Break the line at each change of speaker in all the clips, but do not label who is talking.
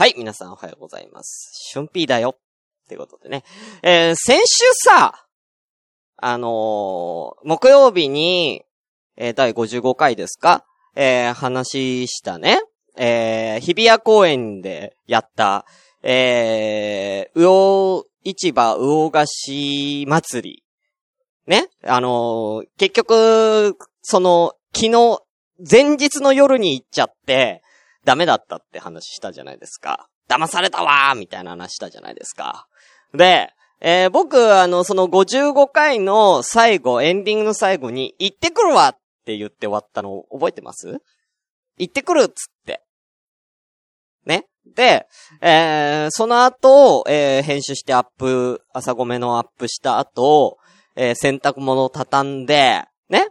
はい、皆さんおはようございます。シュンピーだよ。ってことでね。先週さ、木曜日に、第55回ですか話したね。日比谷公園でやった、魚市場魚菓子祭り。ね。結局、昨日、前日の夜に行っちゃって、ダメだったって話したじゃないですか。騙されたわーみたいな話したじゃないですか。で、僕、その55回の最後、エンディングの最後に、行ってくるわって言って終わったの覚えてます？行ってくるっつって。ね。で、その後、編集して朝ごめのアップした後、洗濯物を畳んで、ね。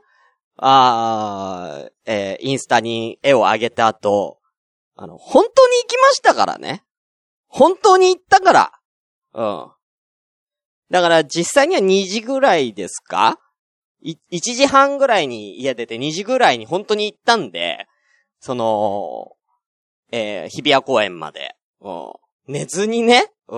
インスタに絵を上げた後、本当に行きましたからね。本当に行ったから。うん。だから実際には2時ぐらいですか？1時半ぐらいに家出て2時ぐらいに本当に行ったんで、日比谷公園まで。うん。寝ずにね。うん。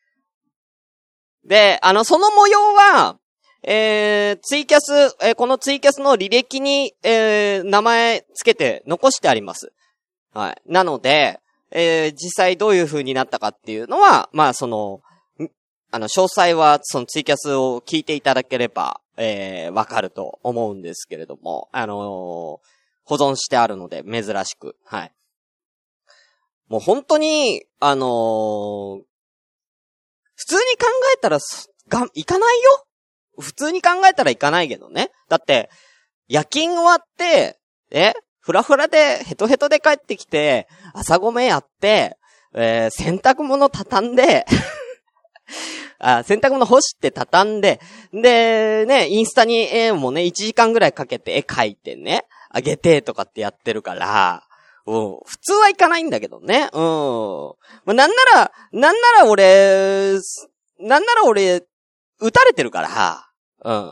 で、その模様は、ツイキャス、このツイキャスの履歴に、名前つけて残してあります。はい。なので、実際どういう風になったかっていうのは、まあ詳細はそのツイキャスを聞いていただければ、わかると思うんですけれども、保存してあるので珍しく、はい。もう本当に、普通に考えたら行かないよ。普通に考えたら行かないけどね。だって、夜勤終わって、フラフラでヘトヘトで帰ってきて、朝ごめやって、洗濯物畳んで、洗濯物干して畳んで、で、ね、インスタに絵もね、1時間ぐらいかけて絵描いてね、あげてとかってやってるから、普通は行かないんだけどね。なんなら俺、撃たれてるから、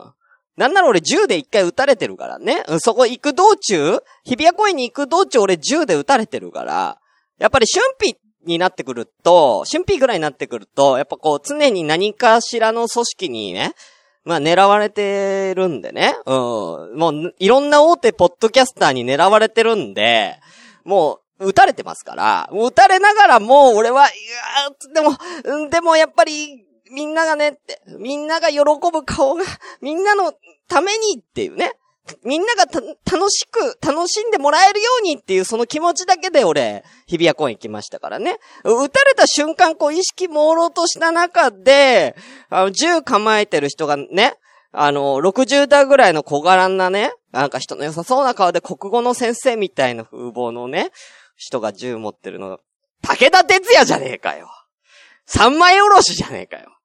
なんなら俺銃で一回撃たれてるからね。そこ行く道中、日比谷公園に行く道中俺銃で撃たれてるから、やっぱり春季ぐらいになってくると、やっぱこう常に何かしらの組織にね、まあ狙われてるんでね。もういろんな大手ポッドキャスターに狙われてるんで、もう撃たれてますから、もう撃たれながらもう俺は、でもやっぱり、みんながねって、みんなが喜ぶ顔が、みんなのためにっていうね。みんなが楽しんでもらえるようにっていうその気持ちだけで俺、日比谷公園行きましたからね。撃たれた瞬間こう意識朦朧とした中で、銃構えてる人がね、60代ぐらいの小柄なね、なんか人の良さそうな顔で国語の先生みたいな風貌のね、人が銃持ってるの、武田鉄矢じゃねえかよ。三枚おろしじゃねえかよ。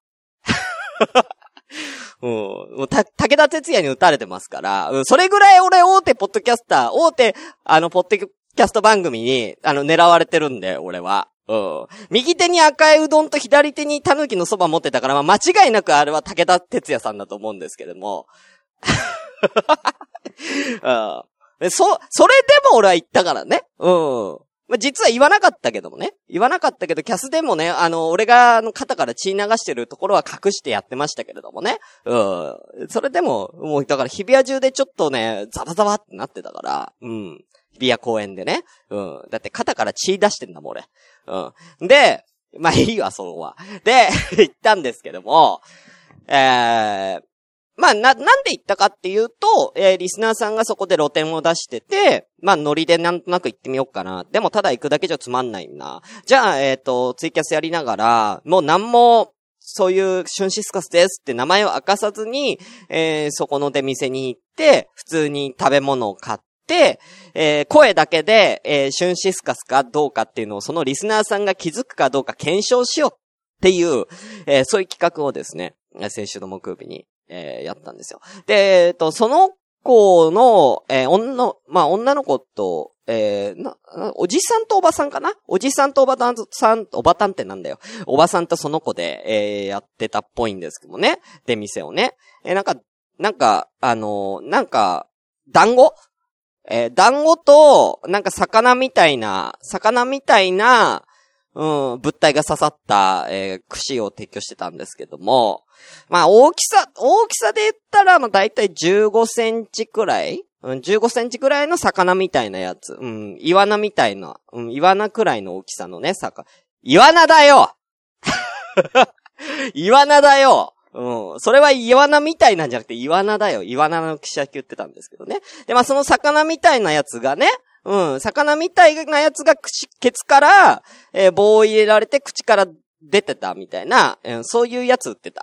武田鉄矢に撃たれてますから、それぐらい俺大手ポッドキャスター、ポッドキャスト番組に、狙われてるんで、俺は。右手に赤いうどんと左手に狸のそば持ってたから、まあ、間違いなくあれは武田鉄矢さんだと思うんですけども。それでも俺は言ったからね。実は言わなかったけど、キャスでもね、俺が肩から血流してるところは隠してやってましたけれどもね。それでも、もうだから日比谷中でちょっとね、ザワザワってなってたから、日比谷公園でね。だって肩から血出してんだもん、俺。で、まあいいわ、それは。で、行ったんですけども、まあ、なんで行ったかっていうと、リスナーさんがそこで露店を出してて、まあ、ノリでなんとなく行ってみようかな。でも、ただ行くだけじゃつまんないな。じゃあ、ツイキャスやりながら、もうなんも、そういうシュンシスカスですって名前を明かさずに、そこの出店に行って、普通に食べ物を買って、声だけで、シュンシスカスかどうかっていうのをそのリスナーさんが気づくかどうか検証しようっていう、そういう企画をですね、先週の木曜日に、やったんですよ。で、その子の、女の子と、おじさんとおばさんかな？おじさんとおばたんってなんだよ。おばさんとその子で、やってたっぽいんですけどもね。出店をね。団子と、なんか魚みたいな、 物体が刺さった、串を提供してたんですけども、まあ大きさで言ったら、まあだいたい15センチくらい15センチくらいの魚みたいなやつ。イワナみたいな。イワナくらいの大きさのね、イワナだよイワナだよそれはイワナみたいなんじゃなくてイワナだよ。イワナの串焼き言ってたんですけどね。で、まあその魚みたいなやつがね、魚みたいなやつがケツから、棒を入れられて口から出てたみたいな、そういうやつ売ってた。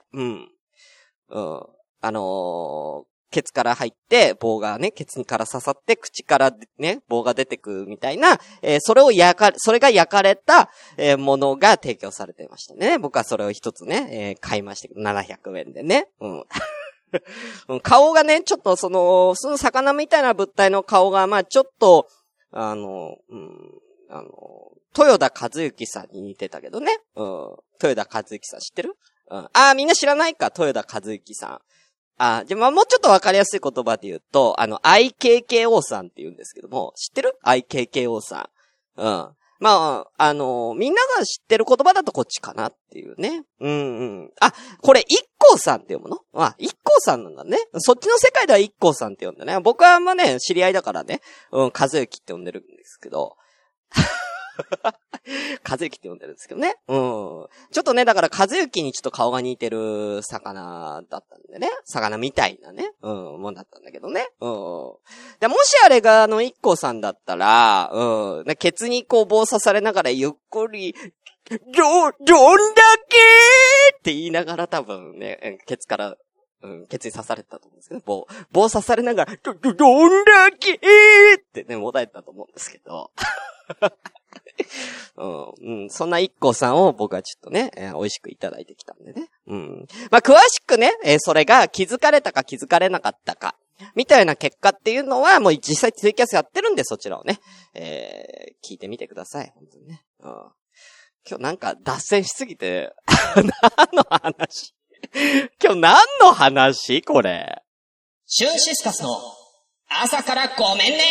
ケツから入って、棒がね、ケツから刺さって、口からね、棒が出てくみたいな、それが焼かれた、ものが提供されていましたね。僕はそれを一つね、買いましたけど、700円でね。顔がね、ちょっとその魚みたいな物体の顔が、まあちょっと、豊田和幸さんに似てたけどね。豊田和幸さん知ってる？みんな知らないか、豊田和幸さん。じゃあ、もうちょっとわかりやすい言葉で言うと、IKKO さんって言うんですけども、知ってる？ IKKO さん。まあ、みんなが知ってる言葉だとこっちかなっていうね。これ、IKKOさんって読むの？IKKOさんなんだね。そっちの世界ではIKKOさんって呼んだね。僕はあんまね、知り合いだからね。和幸って呼んでるんですけど。和幸って呼んでるんですけどね。ちょっとね、だから和幸にちょっと顔が似てる魚だったんでね。魚みたいなね。もんだったんだけどね。で、もしあれがIKKOさんだったら、ケツにこう棒刺されながらゆっくり、どんだけって言いながら多分ね、ケツに刺されてたと思うんですけど、棒刺されながら、どんだけってね、もだえたと思うんですけど。そんなIKKOさんを僕はちょっとね、美味しくいただいてきたんでね。まあ、詳しくね、それが気づかれたか気づかれなかったか、みたいな結果っていうのは、もう実際ツイキャスやってるんで、そちらをね、聞いてみてください。本当にね。今日なんか脱線しすぎて、何の話今日何の話これ。
シュンシスカスの朝からごめんね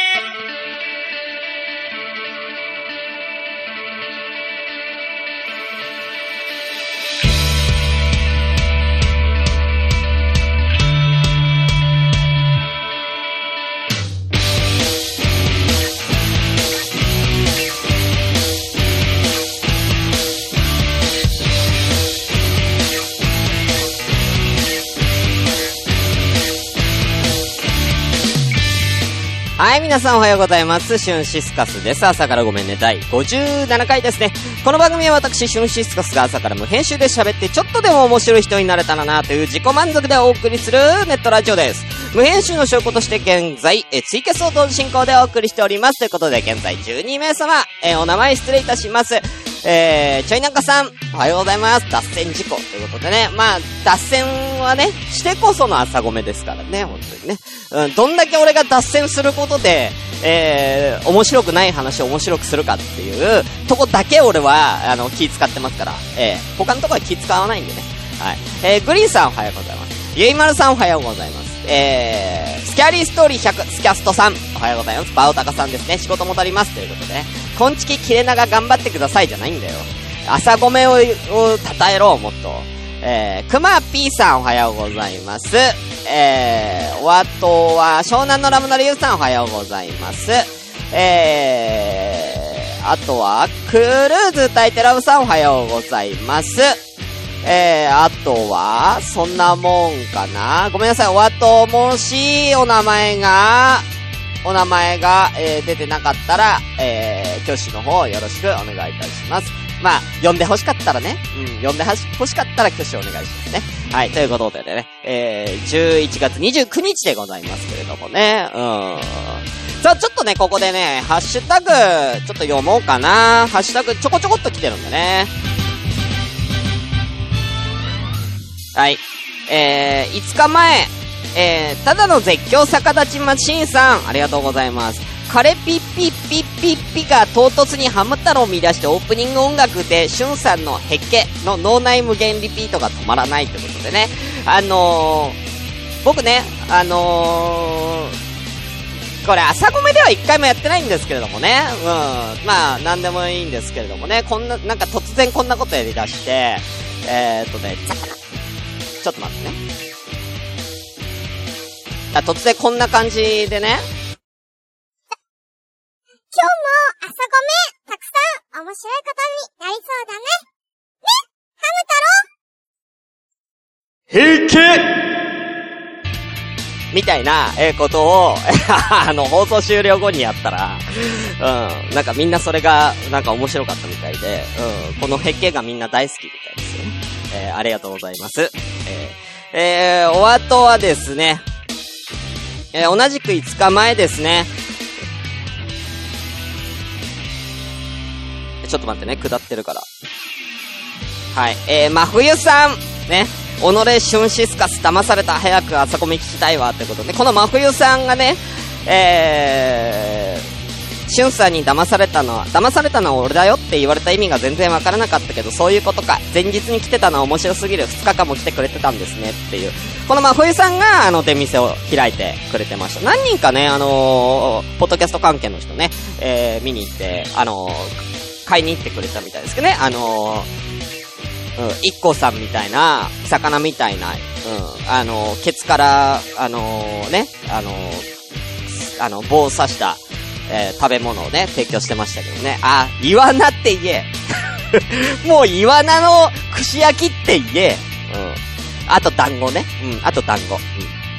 はい、皆さんおはようございます。シュンシスカスです。朝からごめんね。第57回ですね。この番組は私、シュンシスカスが朝から無編集で喋ってちょっとでも面白い人になれたらなという自己満足でお送りするネットラジオです。無編集の証拠として現在、ツイキャスを同時進行でお送りしております。ということで現在12名様、お名前失礼いたします。ちょいなんかさん、おはようございます。脱線事故ということでね。まあ、脱線はね、してこその朝ごめですからね、本当にね。どんだけ俺が脱線することで、面白くない話を面白くするかっていうとこだけ俺は、気使ってますから、他のとこは気使わないんでね。はい。グリーンさんおはようございます。ゆいまるさんおはようございます。スキャリーストーリー100、スキャストさんおはようございます。バオタカさんですね。仕事戻ります。ということでね。こんちき切れ長頑張ってくださいじゃないんだよ。朝ごめを称えろ、もっと。くま P さんおはようございます。あとは、湘南のラムナリユウさんおはようございます。あとは、クルーズタイテラブさんおはようございます。あとは、そんなもんかな。ごめんなさい、お後もし、お名前が、出てなかったら、挙手の方よろしくお願いいたします。まあ、呼んで欲しかったらね。呼んで欲しかったら挙手お願いしますね。はい、ということでね、11月29日でございますけれどもね。さあ、ちょっとね、ここでね、ハッシュタグ、ちょっと読もうかな。ハッシュタグ、ちょこちょこっと来てるんでね。はい。5日前、ただの絶叫逆立ちマシーンさん、ありがとうございます。カレピッピッピッピッピが唐突にハム太郎を見出してオープニング音楽でシュンさんのヘッケの脳内無限リピートが止まらないってことでね。僕ね、 これ朝ごめでは一回もやってないんですけれどもね。まあ、なんでもいいんですけれどもね。なんか突然こんなことやり出して、ちょっと待ってね。突然こんな感じでね。
今日も朝ごめたくさん面白いことになりそうだね。ね、ハム太郎。
平
気みたいな、ことを、放送終了後にやったら、なんかみんなそれが、なんか面白かったみたいで、この平気がみんな大好きみたいですよね。ありがとうございます。お後はですね、同じく5日前ですね。ちょっと待ってね、下ってるから。はい。真冬さん、ね。己シュンシスカス騙された、早く朝ごめ聞きたいわってことで、この真冬さんがね、シュンさんに騙されたのは俺だよって言われた意味が全然わからなかったけど、そういうことか。前日に来てたのは面白すぎる。2日間も来てくれてたんですねっていう。この真冬さんが出店を開いてくれてました。何人かね、ポッドキャスト関係の人ね、見に行って、買いに行ってくれたみたいですけどね。一個さんみたいな、魚みたいな、ケツから、棒刺した、食べ物をね、提供してましたけどね。イワナって言え。もうイワナの串焼きって言え。あと団子ね。あと団子。はい、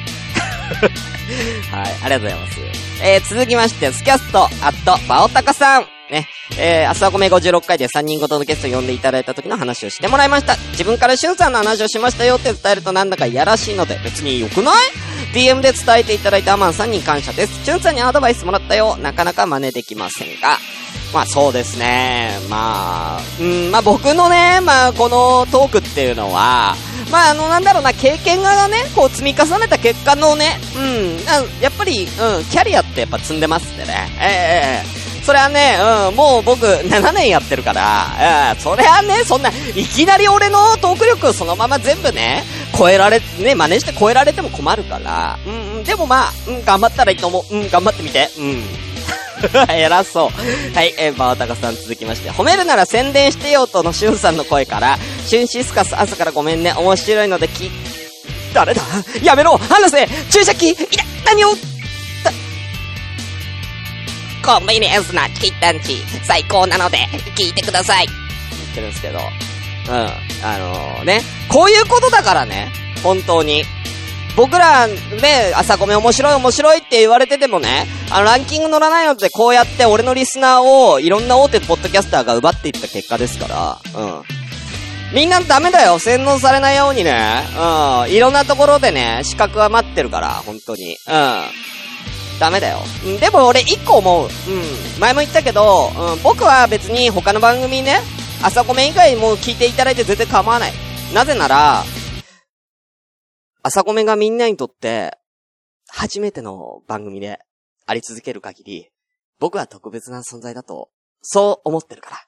ありがとうございます。続きまして、スキャスト、バオタカさん。ね。朝ごめ56回で3人ごとのゲストを呼んでいただいた時の話をしてもらいました。自分からしゅんさんの話をしましたよって伝えるとなんだかいやらしいので、別に良くない？ DM で伝えていただいたアマンさんに感謝です。しゅんさんにアドバイスもらったよ。なかなか真似できませんが。まあそうですね。まあ僕のね、このトークっていうのは、なんだろうな、経験がね、こう積み重ねた結果のね、やっぱり、キャリアってやっぱ積んでますんでね。それはね、もう僕7年やってるから、それはね、そんな、いきなり俺のトーク力そのまま全部ね、真似して超えられても困るから、でも頑張ったらいいと思う。頑張ってみて。偉そう。はい、バータカさん続きまして、褒めるなら宣伝してよとのシュンさんの声から、シュンシスカス朝からごめんね、面白いので誰だ？やめろ！話せ！注射器！何をコンビニエンスなキッタンチ最高なので聞いてください言ってるんですけど、こういうことだからね、本当に僕らね、朝ごめ面白いって言われててもね、ランキング乗らないのでこうやって俺のリスナーをいろんな大手ポッドキャスターが奪っていった結果ですから、みんなダメだよ、洗脳されないようにね、いろんなところでね、資格は待ってるから、本当に、ダメだよ。でも俺一個思う。前も言ったけど、僕は別に他の番組ね、朝ごめ以外も聞いていただいて全然構わない。なぜなら、朝ごめがみんなにとって初めての番組であり続ける限り、僕は特別な存在だと、そう思ってるから。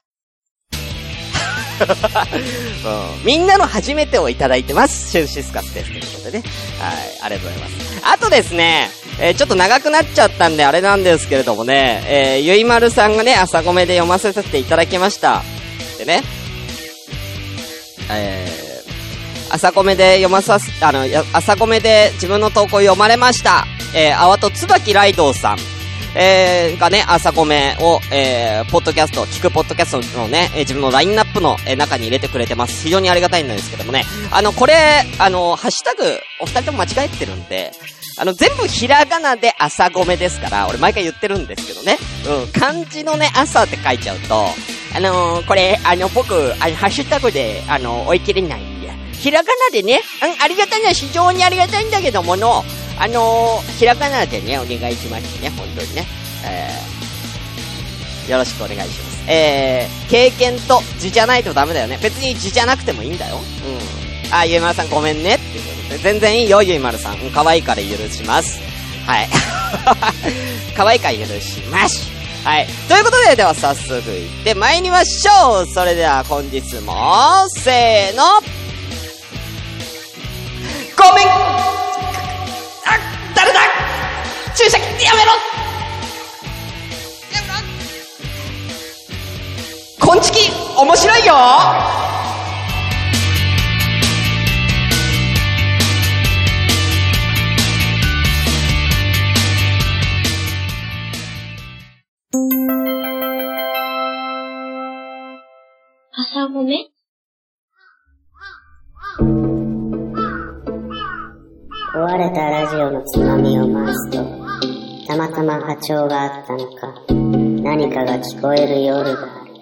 みんなの初めてをいただいてます。シュンシスカスです。ということでね。はい、ありがとうございます。あとですね、ちょっと長くなっちゃったんであれなんですけれどもね、ゆいまるさんがね、朝ごめで読ませていただきました。でね、朝ごめで朝ごめで自分の投稿読まれました。あわとつばきらいどうさん。がね、朝ごめを、ポッドキャスト、聞くポッドキャストのね、自分のラインナップの、中に入れてくれてます。非常にありがたいんですけどもね。これ、ハッシュタグ、お二人とも間違えてるんで、全部ひらがなで朝ごめですから、俺毎回言ってるんですけどね。漢字のね、朝って書いちゃうと、これ、僕、ハッシュタグで、追い切れないんで、ひらがなでね、ありがたいね、非常にありがたいんだけどもの、ひらがなでね、お願いしますね、本当にね。よろしくお願いします。経験と字じゃないとダメだよね。別に字じゃなくてもいいんだよ。ゆいまるさんごめんねっていうことで。全然いいよ、ゆいまるさん。可愛いから許します。はい。可愛いから許します。はい。ということで、では早速いって参りましょう。それでは本日も、せーの。ごめん誰だ注射器やめろ面白いよ。
朝ごめ。
壊れたラジオのつまみを回すと、たまたま波長があったのか、何かが聞こえる夜がある。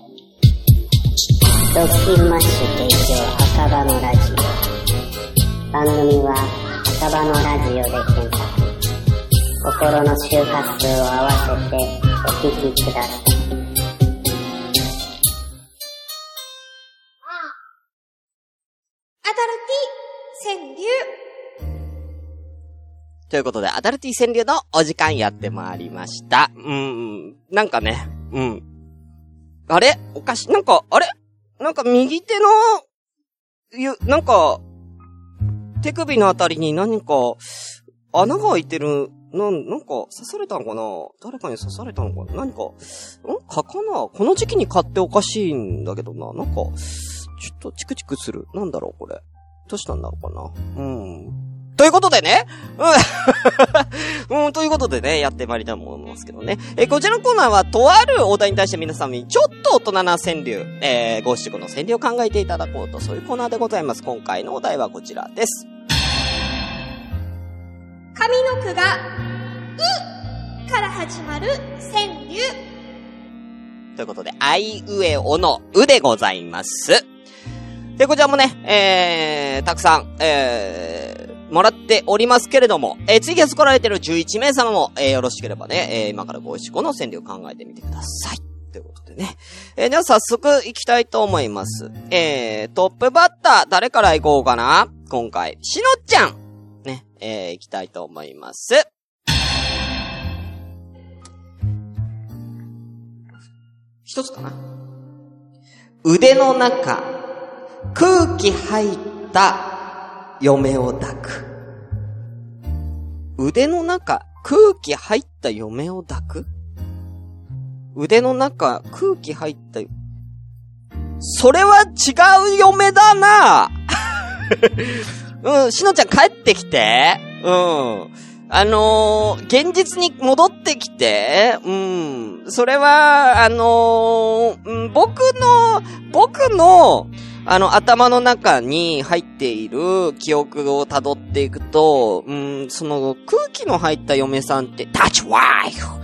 ドッキンマッシュ提供赤羽のラジオ。番組は赤羽のラジオで検索。心の周波数を合わせてお聞きください。
アダルティ川柳。
ということで、アダルティ川柳のお時間やってまいりました。なんかね、あれおかしい。なんか右手の、なんか、手首のあたりに何か、穴が開いてる、なんか、刺されたのかな？誰かに刺されたのかな？何か、蚊かな？この時期に蚊っておかしいんだけどな。なんか、ちょっとチクチクする。なんだろうこれ。どうしたんだろうかな。ということでね。ということでね、やってまいりたいと思いますけどね。こちらのコーナーは、とあるお題に対して皆さんにちょっと大人な川柳、五七五の川柳を考えていただこうと、そういうコーナーでございます。今回のお題はこちらです。
上の句が、うから始まる川柳。
ということで、あいうえおのうでございます。で、こちらもね、たくさん、もらっておりますけれども、ツイキャス来られてる11名様も、よろしければね、今から五七五の川柳を考えてみてください。ということでね。では早速行きたいと思います。トップバッター、誰から行こうかな？今回、しのちゃん。ね、行きたいと思います。一つかな？腕の中、空気入った嫁を抱く。腕の中、空気入った嫁を抱く？腕の中、空気入った、それは違う嫁だな。しのちゃん帰ってきて。現実に戻ってきて。それは、僕の、頭の中に入っている記憶を辿っていくと、その空気の入った嫁さんって、That's wife!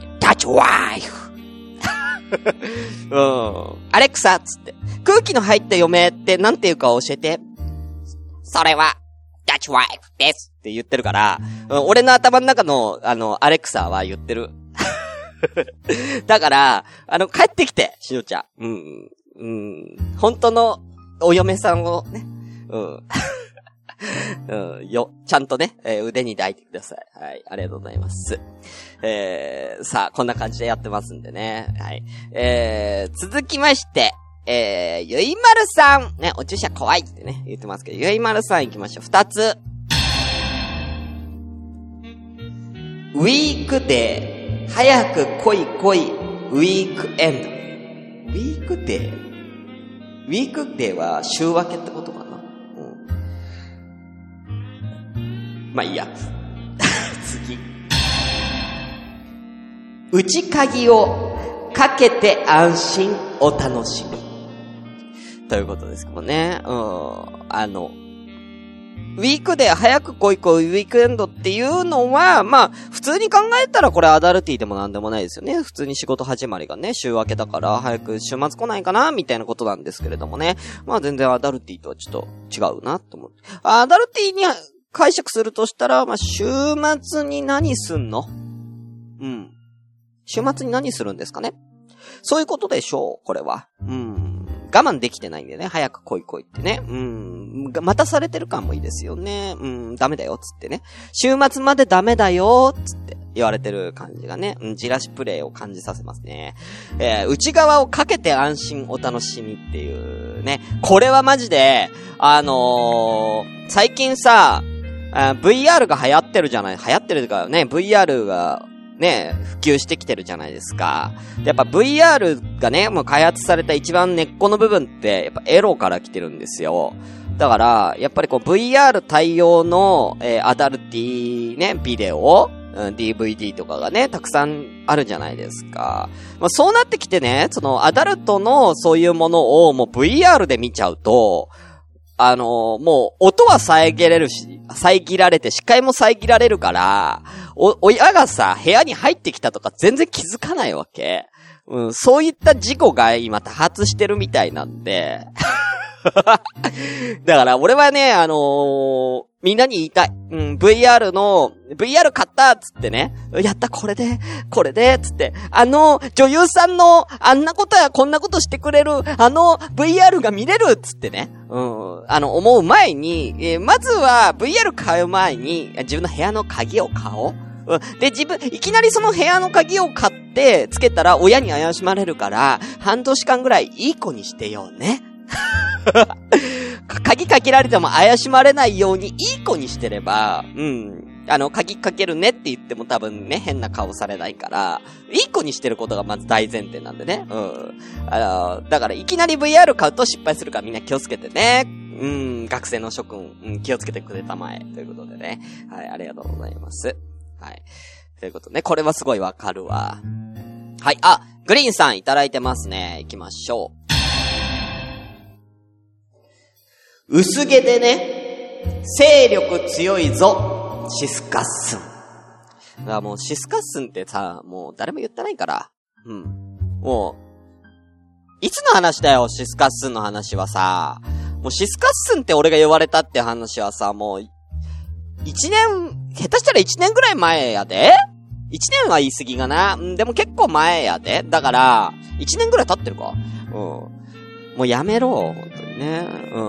アレクサつって。空気の入った嫁ってなんていうか教えて。それは、That's wife ですって言ってるから、俺の頭の中の、アレクサは言ってる。だから、帰ってきて、しのちゃん。本当のお嫁さんをね、ちゃんとね、腕に抱いてください。はい、ありがとうございます。さあ、こんな感じでやってますんでね。はい。続きまして、ゆいまるさん。ね、お注射怖いってね、言ってますけど、ゆいまるさん行きましょう。2つ。ウィークデー。早く来い来い。ウィークエンド。ウィークデー。ウィークデーは週明けってことかな。まあいいや。次。内鍵をかけて安心お楽しみ。ということですけどね。ウィークで早く来い来いウィークエンドっていうのは、まあ、普通に考えたらこれアダルティでもなんでもないですよね。普通に仕事始まりがね、週明けだから早く週末来ないかなみたいなことなんですけれどもね。まあ全然アダルティとはちょっと違うなと思って。アダルティに解釈するとしたら、まあ週末に何すんの？週末に何するんですかね？そういうことでしょう、これは。我慢できてないんでね、早く来い来いってね。待たされてる感もいいですよね。ダメだよ、つってね。週末までダメだよ、つって言われてる感じがね。じらしプレイを感じさせますね。内側をかけて安心お楽しみっていうね。これはマジで、最近さ、VR が流行ってるじゃない。流行ってるからね、VR が、 ね、普及してきてるじゃないですか。やっぱ VR がね、もう開発された一番根っこの部分って、やっぱエロから来てるんですよ。だから、やっぱりこう VR 対応の、アダルティね、ビデオ、DVD とかがね、たくさんあるじゃないですか。まあ、そうなってきてね、そのアダルトのそういうものをもう VR で見ちゃうと、もう音は遮られて視界も遮られるから、親がさ、部屋に入ってきたとか全然気づかないわけ。そういった事故が今多発してるみたいなんで。だから俺はね、みんなに言いたい。VR 買ったっつってね。やった、これで、つって。女優さんの、あんなことやこんなことしてくれる、VR が見れるっつってね。思う前に、まずは VR 買う前に、自分の部屋の鍵を買おう。で、いきなりその部屋の鍵を買って、つけたら親に怪しまれるから、半年間ぐらいいい子にしてよね。鍵かけられても怪しまれないようにいい子にしてれば、鍵かけるねって言っても多分ね、変な顔されないから、いい子にしてることがまず大前提なんでね。だからいきなり VR 買うと失敗するからみんな気をつけてね。学生の諸君、気をつけてくれたまえ。ということでね。はい、ありがとうございます。はい。ということね、これはすごいわかるわ。はい、グリーンさんいただいてますね。行きましょう。薄毛でね、勢力強いぞ、シスカッスン。だからもうシスカッスンってさ、もう誰も言ってないから。もう、いつの話だよ、シスカッスンの話はさ。もうシスカッスンって俺が言われたって話はさ、もう、下手したら1年ぐらい前やで ?1 年は言い過ぎがな。でも結構前やで。だから、1年ぐらい経ってるか。もうやめろ、本当にね。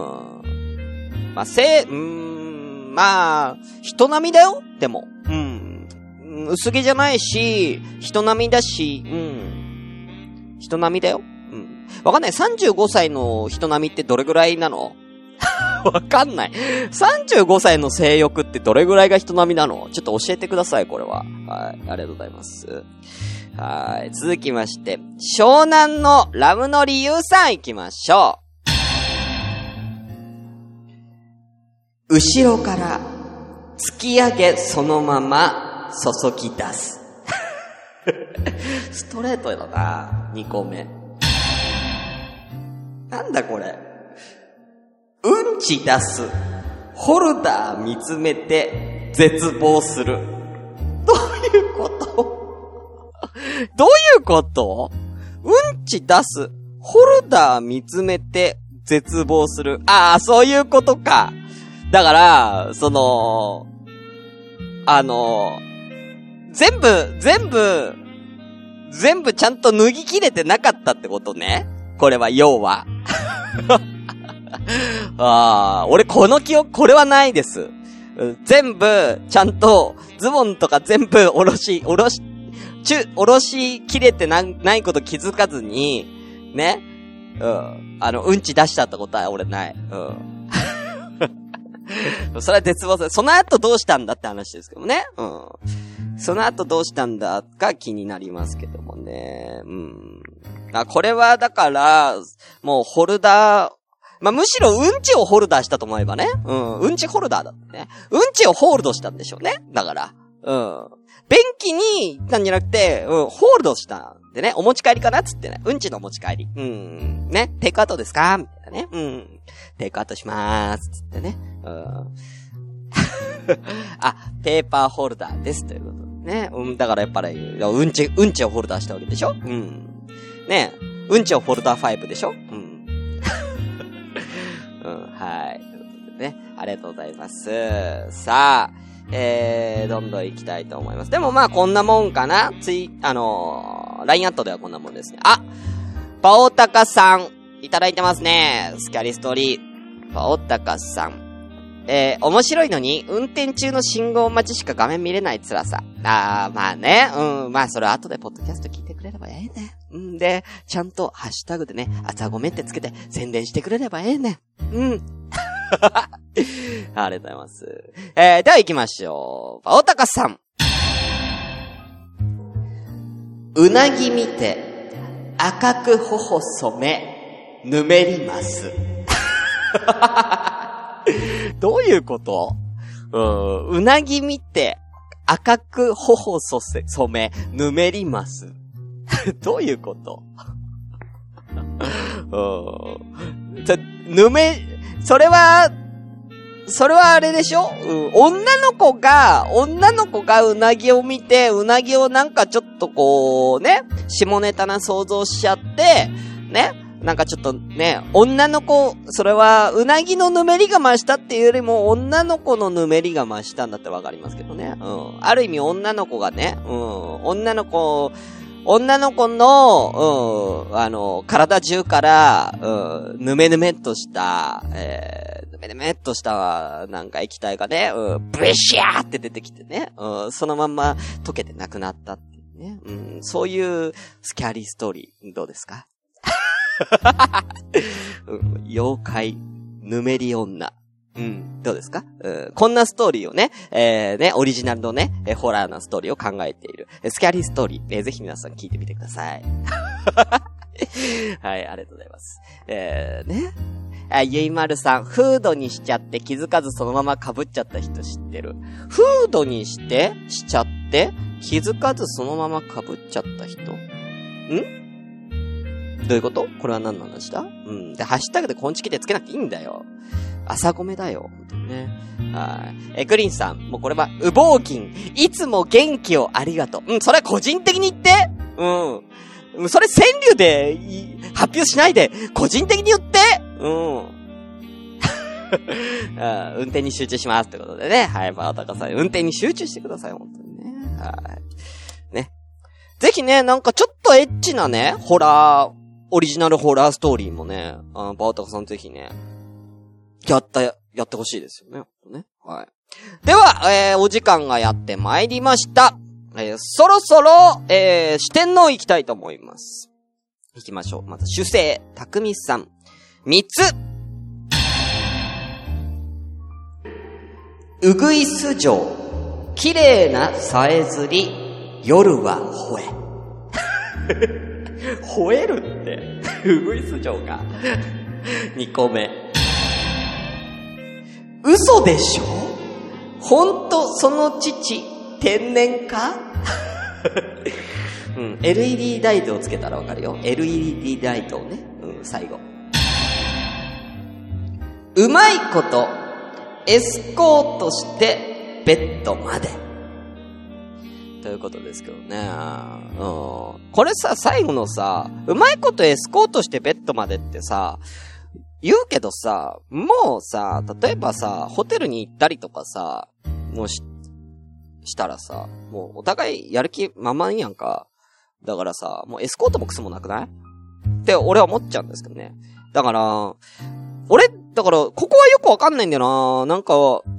人並みだよでも。薄毛じゃないし、人並みだし、人並みだよ。わかんない。35歳の人並みってどれぐらいなの？わかんない。35歳の性欲ってどれぐらいが人並みなの？ちょっと教えてください、これは。はい。ありがとうございます。はい。続きまして、湘南のラムの理由さん行きましょう。後ろから突き上げそのまま注ぎ出す。ストレートだな、2個目。なんだこれ。うんち出す。ホルダー見つめて絶望する。どういうことうんち出す。ホルダー見つめて絶望する。そういうことか。だから、全部ちゃんと脱ぎ切れてなかったってことね。これは要は。俺この記憶、これはないです。全部、ちゃんと、ズボンとか全部下ろし切れてないこと気づかずに、ね。うんち出したってことは俺ない。それは絶望する。その後どうしたんだって話ですけどね。その後どうしたんだか気になりますけどもね。これはだから、もうホルダー、むしろうんちをホルダーしたと思えばね。うんちホルダーだってね。うんちをホールドしたんでしょうね。だから。便器に行ったんじゃなくて、ホールドしたんでね。お持ち帰りかなっつってね。うんちのお持ち帰り。ね。テイクアウトですかみたいなね。テイクアウトしまーす。つってね。ペーパーホルダーです。ということでね。だからやっぱり、うんちをホルダーしたわけでしょ。ね。うんちをホルダー5でしょ。はい。ということでね。ありがとうございます。さあ、どんどん行きたいと思います。でもこんなもんかな。LINE アットではこんなもんですね。パオタカさん、いただいてますね。スキャリストーリー。パオタカさん。面白いのに、運転中の信号待ちしか画面見れない辛さ。ね。それ後でポッドキャスト聞いてくれればええね。で、ちゃんとハッシュタグでね、朝ごめってつけて宣伝してくれればええね。ありがとうございます。では行きましょう。パオタカさん。 うなぎ見て赤く頬染めぬめります。どういうこと？うなぎ見て赤く頬染めぬめります。どういうこと？それはあれでしょ？女の子がうなぎを見て、うなぎをなんかちょっとこうね、下ネタな想像しちゃって、ね、なんかちょっとね、女の子、それはうなぎのぬめりが増したっていうよりも、女の子のぬめりが増したんだってわかりますけどね。ある意味女の子がね、女の子の、体中から、ぬめぬめっとした、なんか液体がね、ブシャーって出てきてね、そのまんま溶けてなくなったっていうね。そういうスキャリーストーリー、どうですか？妖怪、ぬめり女。どうですか？こんなストーリーをね、オリジナルのね、ホラーなストーリーを考えている、スキャリーストーリー、ぜひ皆さん聞いてみてください。はい、ありがとうございます。ゆいまるさん、フードにしちゃって気づかずそのまま被っちゃった人知ってる？フードにしちゃって気づかずそのまま被っちゃった人？どういうこと？これは何の話だ？で、ハッシュタグでこんちきでつけなくていいんだよ。朝ごめだよ。本当にね。はい。グリーンさん、もうこれは、ウボウキン。いつも元気をありがとう。それは個人的に言って。それ川柳で発表しないで、個人的に言って。運転に集中しますってことでね。はい、バータカさん、運転に集中してください、本当にね。はい。ね。ぜひね、なんかちょっとエッチなね、オリジナルホラーストーリーもね、バータカさんぜひね、やってほしいですよね。はい。では、お時間がやってまいりました。そろそろ、四天王行きたいと思います。行きましょう。まず、主生、たくみさん。3つ。うぐいす城。綺麗なさえずり。夜は吠え。吠えるって。うぐいす城か。2個目。嘘でしょ？ほんとその父天然か？LED ライトをつけたらわかるよ。LED ライトをね。最後。うまいことエスコートしてベッドまで。ということですけどね。これさ、最後のさ、うまいことエスコートしてベッドまでってさ、言うけどさ、もうさ、例えばさ、ホテルに行ったりとかさ、もうしたらさ、もうお互いやる気満々やんか。だからさ、もうエスコートもクソもなくない？って俺は思っちゃうんですけどね。だから、ここはよくわかんないんだよな。なんか、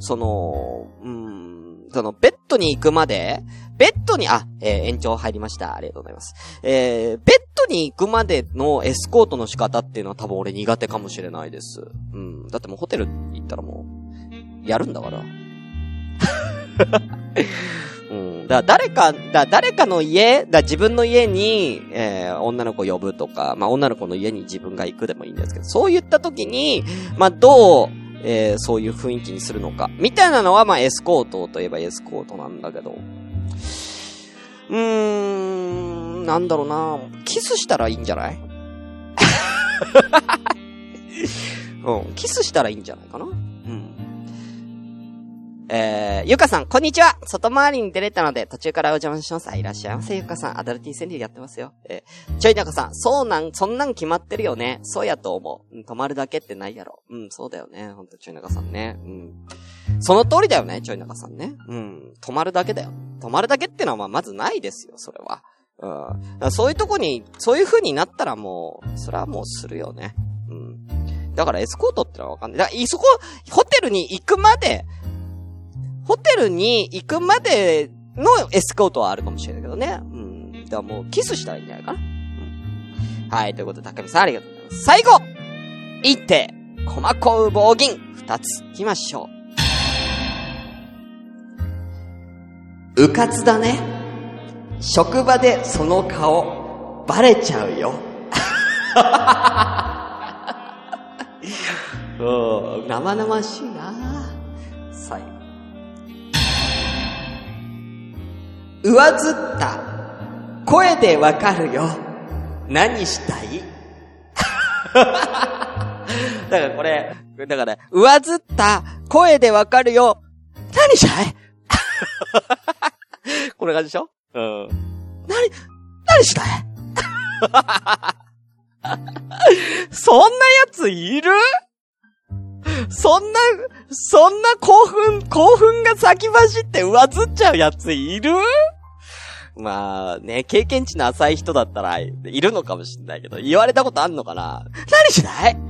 ベッドに行くまで、延長入りました。ありがとうございます。ベッドに行くまでのエスコートの仕方っていうのは多分俺苦手かもしれないです。だってもうホテル行ったらもう、やるんだから。だから誰かの家、自分の家に、女の子呼ぶとか、女の子の家に自分が行くでもいいんですけど、そういった時に、どう、そういう雰囲気にするのか、みたいなのは、エスコートといえばエスコートなんだけど、なんだろうな、キスしたらいいんじゃない？キスしたらいいんじゃないかな。ゆかさん、こんにちは。外回りに出れたので、途中からお邪魔します。いらっしゃいませ、ゆかさん。アダルティ川柳やってますよ。ちょいなかさん、そんなん決まってるよね。そうやと思う。止まるだけってないやろ。そうだよね。ほんと、ちょいなかさんね。その通りだよね、ちょいなかさんね。止まるだけだよ。止まるだけってのはまずないですよ、それは。そういうとこに、そういう風になったらもう、それはもうするよね。だからエスコートってのはわかんない。だから、そこ、ホテルに行くまでのエスコートはあるかもしれないけどね。だからもうキスしたらいいんじゃないかな。はい、ということで、高見さんありがとうございます。最後一手、駒子棒銀、2つ、行きましょう。うかつだね。 職場でその顔バレちゃうよ。生々しいな。最後。上ずった声でわかるよ。何したい？だからこれ、上ずった声でわかるよ。何したい？こんな感じでしょ？何したい？そんなやついる？そんな興奮が先走って上ずっちゃうやついる？まあね、経験値の浅い人だったらいるのかもしれないけど、言われたことあんのかな？何したい？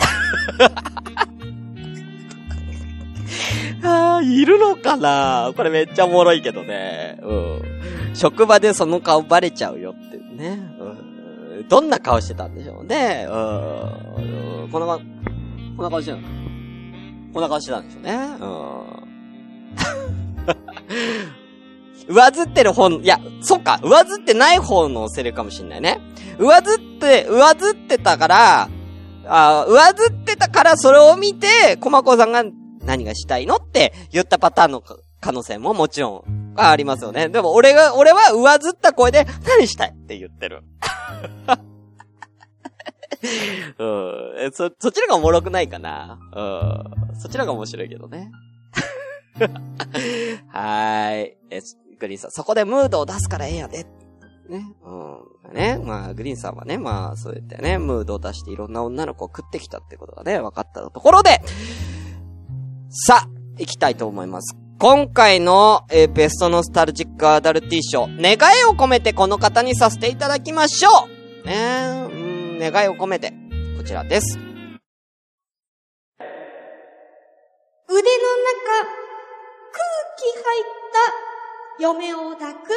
いるのかな？これめっちゃおもろいけどね。職場でその顔バレちゃうよってね。どんな顔してたんでしょうね。こんな顔してたの。こんな顔してたんでしょうね。上ずってる方、いや、そっか、上ずってない方のセリかもしんないね。上ずってたから、上ずってたからそれを見て、コマコさんが何がしたいのって言ったパターンの可能性ももちろんありますよね。でも俺は上ずった声で何したいって言ってる。そっちの方がおもろくないかな。そっちの方が面白いけどね。はーい。グリーンさん、そこでムードを出すからええやで。ね。ね。まあ、グリーンさんはね、まあ、そうやってね、ムードを出していろんな女の子を食ってきたってことがね、分かったところで、さあ、行きたいと思います。今回の、ベストノスタルジックアダルティ賞、願いを込めてこの方にさせていただきましょう。ね、願いを込めて、こちらです。
腕の中、空気入った嫁を抱く。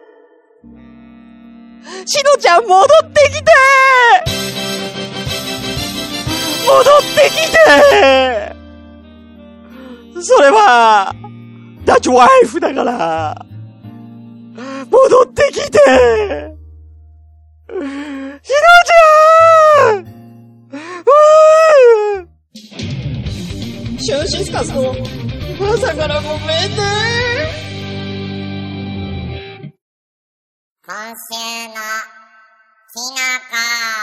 しのちゃん戻ってきてー！戻ってきてー！それは、ダチワイフだから、戻ってきてー！しのちゃん！シュンシスカスの朝からごめんね。
今週のきのこ。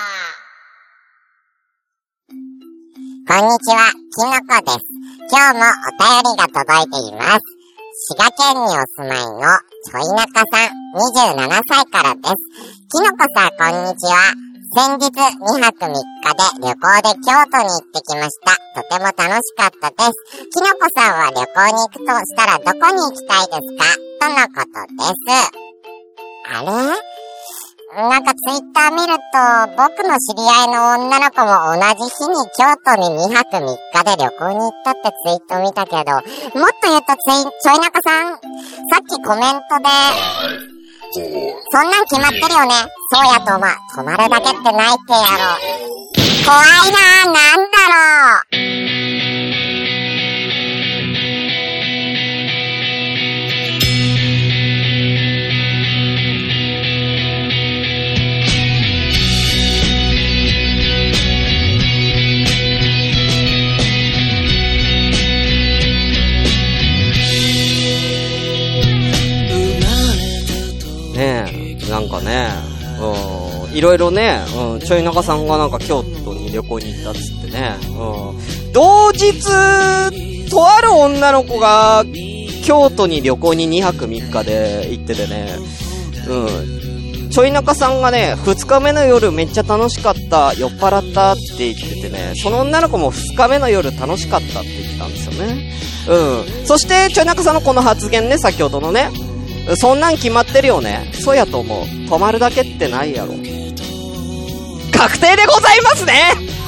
こんにちは、きのこです。今日もお便りが届いています。滋賀県にお住まいのちょいなかさん27歳からです。きのこさんこんにちは。先日2泊3日で旅行で京都に行ってきました。とても楽しかったです。きのこさんは旅行に行くとしたらどこに行きたいですか？とのことです。あれ？なんかツイッター見ると僕の知り合いの女の子も同じ日に京都に2泊3日で旅行に行ったってツイート見たけど、もっと言うとちょいなかさん、さっきコメントでそんなん決まってるよね。そうやと泊まるだけってないってやろ。怖いなぁ、なんだろう。
なんかね、いろいろね、ちょいなかさんがなんか京都に旅行に行ったっつってね、同日、とある女の子が京都に旅行に2泊3日で行っててね、ちょいなかさんがね、2日目の夜めっちゃ楽しかった、酔っ払ったって言っててね、その女の子も2日目の夜楽しかったって言ってたんですよね。そしてちょいなかさんのこの発言ね、先ほどのね、そんなん決まってるよね。そうやと思う。泊まるだけってないやろ。確定でございますね。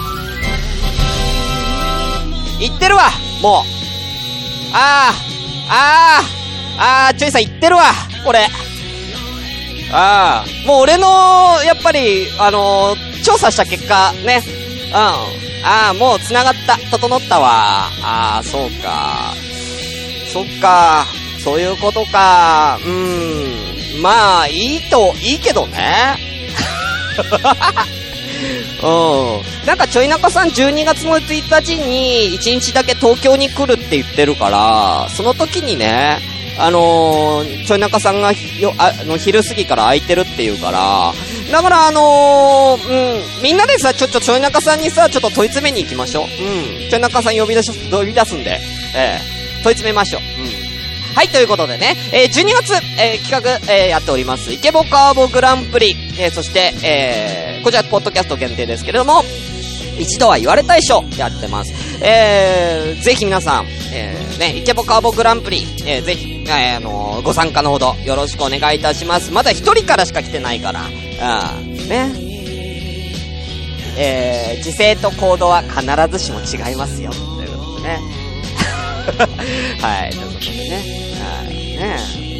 言ってるわ、もう。ちょいさん言ってるわ、これ。もう俺の、やっぱり、調査した結果、ね。もう繋がった。整ったわ。そうか。そっか。 そういうことか。まあ、いいけどね。なんかちょい中さん12月の1日に1日だけ東京に来るって言ってるから、その時にね、ちょい中さんが昼過ぎから空いてるって言うから、だからみんなでさ、ちょい中さんにさ、ちょっと問い詰めに行きましょう。ちょい中さん呼び出すんで、問い詰めましょう。はい、ということでね、12月、企画、やっております、イケボカーボグランプリ、そして、こちら、ポッドキャスト限定ですけれども、一度は言われたい賞、やってます。ぜひ皆さん、ね、イケボカーボグランプリ、ぜひ、ご参加のほど、よろしくお願いいたします。まだ一人からしか来てないから、ね。時勢と行動は必ずしも違いますよ、ということでね。はい、ということでね。ね、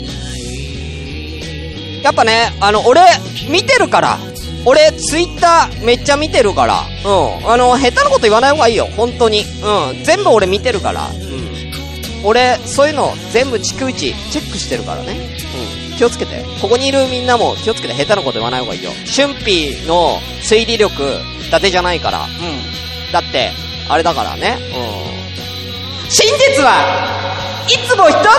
やっぱね、俺、見てるから。俺、ツイッターめっちゃ見てるから。下手なこと言わない方がいいよ、本当に。全部俺見てるから。俺、そういうの全部逐一チェックしてるからね。気をつけて。ここにいるみんなも気をつけて、下手なこと言わない方がいいよ。俊ピの推理力、伊達じゃないから。だって、あれだからね。真実はいつも一つ。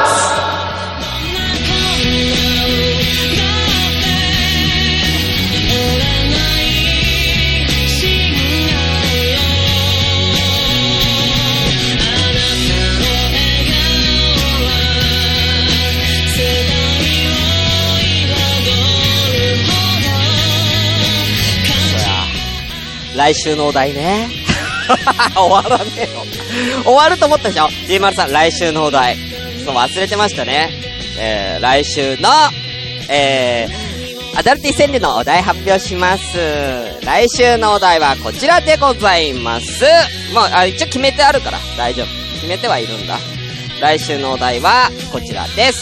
来週のお題ね。終わらねえよ。終わると思ったでしょ ?G 丸さん、来週のお題。そう、忘れてましたね。来週の、アダルティ川柳のお題発表します。来週のお題はこちらでございます。もう、一応決めてあるから、大丈夫。決めてはいるんだ。来週のお題はこちらです。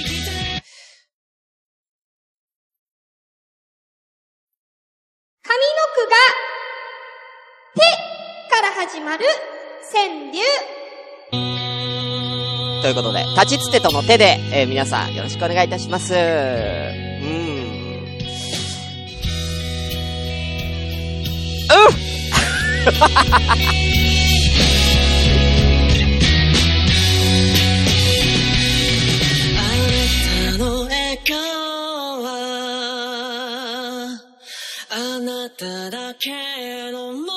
上の句が手から始まる川柳
ということで、立ちつてとの手で、皆さんよろしくお願いいたします。
あなただけの